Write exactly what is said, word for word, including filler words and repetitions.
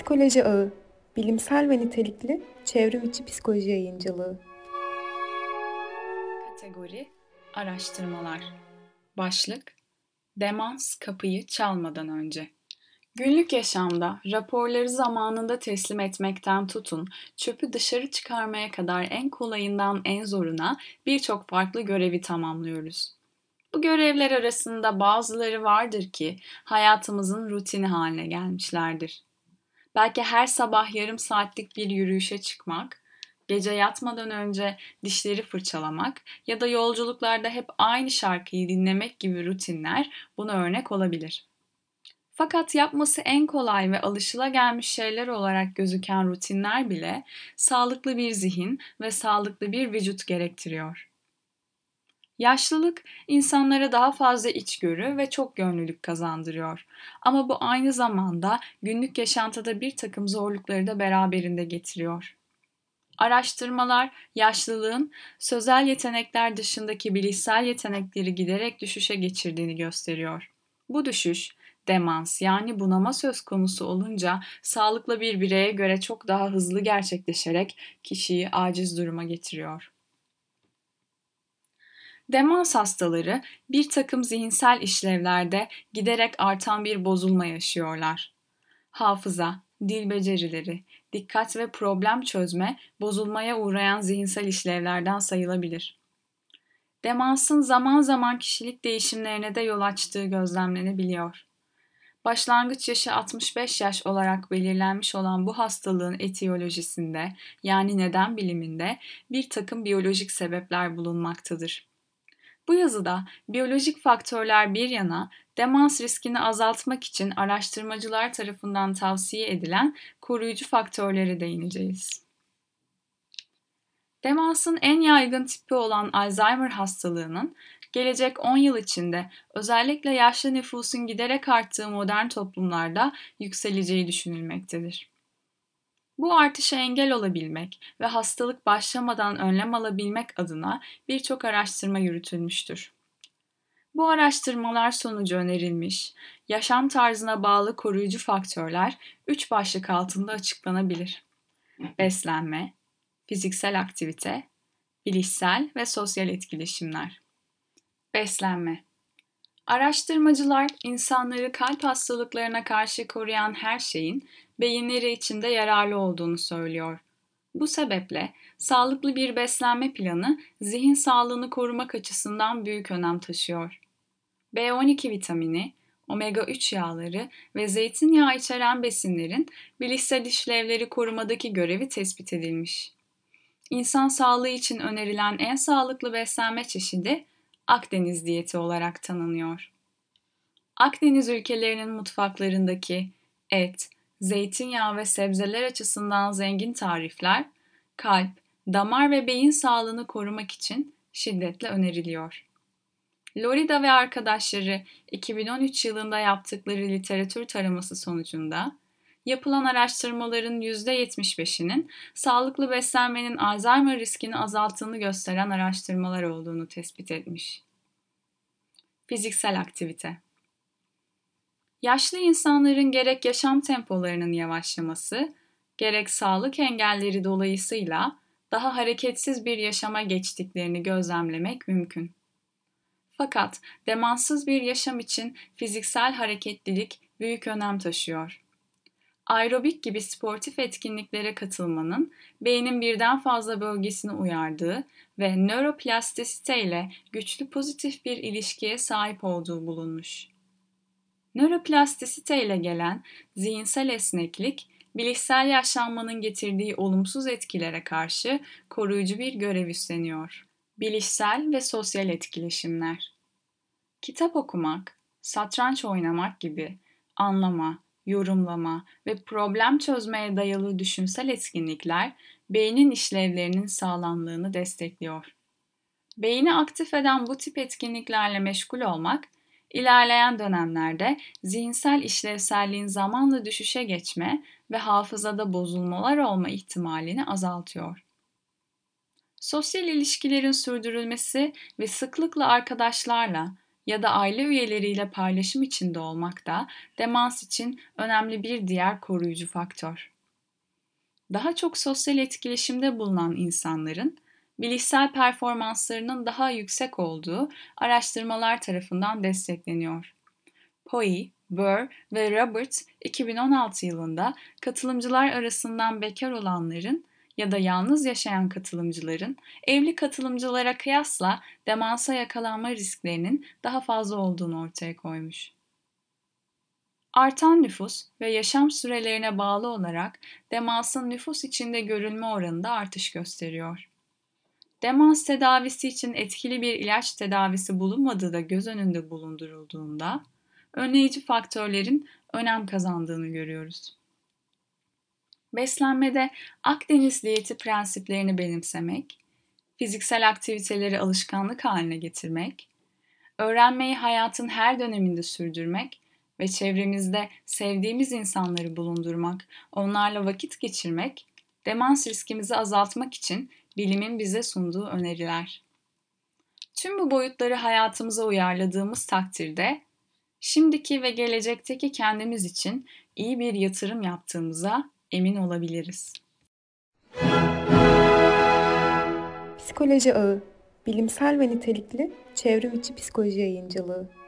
Psikoloji Ağı, bilimsel ve nitelikli çevrim içi psikoloji yayıncılığı. Kategori: Araştırmalar. Başlık: Demans kapıyı çalmadan önce. Günlük yaşamda raporları zamanında teslim etmekten tutun, çöpü dışarı çıkarmaya kadar en kolayından en zoruna birçok farklı görevi tamamlıyoruz. Bu görevler arasında bazıları vardır ki hayatımızın rutini haline gelmişlerdir. Belki her sabah yarım saatlik bir yürüyüşe çıkmak, gece yatmadan önce dişleri fırçalamak ya da yolculuklarda hep aynı şarkıyı dinlemek gibi rutinler buna örnek olabilir. Fakat yapması en kolay ve alışılagelmiş şeyler olarak gözüken rutinler bile sağlıklı bir zihin ve sağlıklı bir vücut gerektiriyor. Yaşlılık insanlara daha fazla içgörü ve çokgönüllülük kazandırıyor. Ama bu aynı zamanda günlük yaşantıda bir takım zorlukları da beraberinde getiriyor. Araştırmalar yaşlılığın sözel yetenekler dışındaki bilişsel yetenekleri giderek düşüşe geçirdiğini gösteriyor. Bu düşüş, demans yani bunama söz konusu olunca sağlıklı bir bireye göre çok daha hızlı gerçekleşerek kişiyi aciz duruma getiriyor. Demans hastaları bir takım zihinsel işlevlerde giderek artan bir bozulma yaşıyorlar. Hafıza, dil becerileri, dikkat ve problem çözme bozulmaya uğrayan zihinsel işlevlerden sayılabilir. Demansın zaman zaman kişilik değişimlerine de yol açtığı gözlemlenebiliyor. Başlangıç yaşı altmış beş yaş olarak belirlenmiş olan bu hastalığın etiyolojisinde yani neden biliminde bir takım biyolojik sebepler bulunmaktadır. Bu yazıda biyolojik faktörler bir yana demans riskini azaltmak için araştırmacılar tarafından tavsiye edilen koruyucu faktörlere değineceğiz. Demansın en yaygın tipi olan Alzheimer hastalığının gelecek on yıl içinde özellikle yaşlı nüfusun giderek arttığı modern toplumlarda yükseleceği düşünülmektedir. Bu artışa engel olabilmek ve hastalık başlamadan önlem alabilmek adına birçok araştırma yürütülmüştür. Bu araştırmalar sonucu önerilmiş, yaşam tarzına bağlı koruyucu faktörler üç başlık altında açıklanabilir. Beslenme, fiziksel aktivite, bilişsel ve sosyal etkileşimler. Beslenme. Araştırmacılar insanları kalp hastalıklarına karşı koruyan her şeyin beyinleri için de yararlı olduğunu söylüyor. Bu sebeple sağlıklı bir beslenme planı zihin sağlığını korumak açısından büyük önem taşıyor. B on iki vitamini, omega üç yağları ve zeytinyağı içeren besinlerin bilişsel işlevleri korumadaki görevi tespit edilmiş. İnsan sağlığı için önerilen en sağlıklı beslenme çeşidi Akdeniz diyeti olarak tanınıyor. Akdeniz ülkelerinin mutfaklarındaki et, zeytinyağı ve sebzeler açısından zengin tarifler, kalp, damar ve beyin sağlığını korumak için şiddetle öneriliyor. Lorida ve arkadaşları iki bin on üç yılında yaptıkları literatür taraması sonucunda yapılan araştırmaların yüzde yetmiş beşinin sağlıklı beslenmenin Alzheimer riskini azalttığını gösteren araştırmalar olduğunu tespit etmiş. Fiziksel aktivite. Yaşlı insanların gerek yaşam tempolarının yavaşlaması, gerek sağlık engelleri dolayısıyla daha hareketsiz bir yaşama geçtiklerini gözlemlemek mümkün. Fakat demanssız bir yaşam için fiziksel hareketlilik büyük önem taşıyor. Aerobik gibi sportif etkinliklere katılmanın beynin birden fazla bölgesini uyardığı ve nöroplastisite ile güçlü pozitif bir ilişkiye sahip olduğu bulunmuş. Nöroplastisite ile gelen zihinsel esneklik, bilişsel yaşlanmanın getirdiği olumsuz etkilere karşı koruyucu bir görev üstleniyor. Bilişsel ve sosyal etkileşimler. Kitap okumak, satranç oynamak gibi anlama, yorumlama ve problem çözmeye dayalı düşünsel etkinlikler beynin işlevlerinin sağlamlığını destekliyor. Beyni aktif eden bu tip etkinliklerle meşgul olmak, ilerleyen dönemlerde zihinsel işlevselliğin zamanla düşüşe geçme ve hafızada bozulmalar olma ihtimalini azaltıyor. Sosyal ilişkilerin sürdürülmesi ve sıklıkla arkadaşlarla ya da aile üyeleriyle paylaşım içinde olmak da demans için önemli bir diğer koruyucu faktör. Daha çok sosyal etkileşimde bulunan insanların bilişsel performanslarının daha yüksek olduğu araştırmalar tarafından destekleniyor. Poi, Burr ve Roberts iki bin on altı yılında katılımcılar arasından bekar olanların ya da yalnız yaşayan katılımcıların evli katılımcılara kıyasla demansa yakalanma risklerinin daha fazla olduğunu ortaya koymuş. Artan nüfus ve yaşam sürelerine bağlı olarak demansın nüfus içinde görülme oranı da artış gösteriyor. Demans tedavisi için etkili bir ilaç tedavisi bulunmadığı da göz önünde bulundurulduğunda önleyici faktörlerin önem kazandığını görüyoruz. Beslenmede Akdeniz diyeti prensiplerini benimsemek, fiziksel aktiviteleri alışkanlık haline getirmek, öğrenmeyi hayatın her döneminde sürdürmek ve çevremizde sevdiğimiz insanları bulundurmak, onlarla vakit geçirmek, demans riskimizi azaltmak için bilimin bize sunduğu öneriler. Tüm bu boyutları hayatımıza uyarladığımız takdirde, şimdiki ve gelecekteki kendimiz için iyi bir yatırım yaptığımıza emin olabiliriz. Psikoloji Ağı, bilimsel ve nitelikli çevrim içi psikoloji yayıncılığı.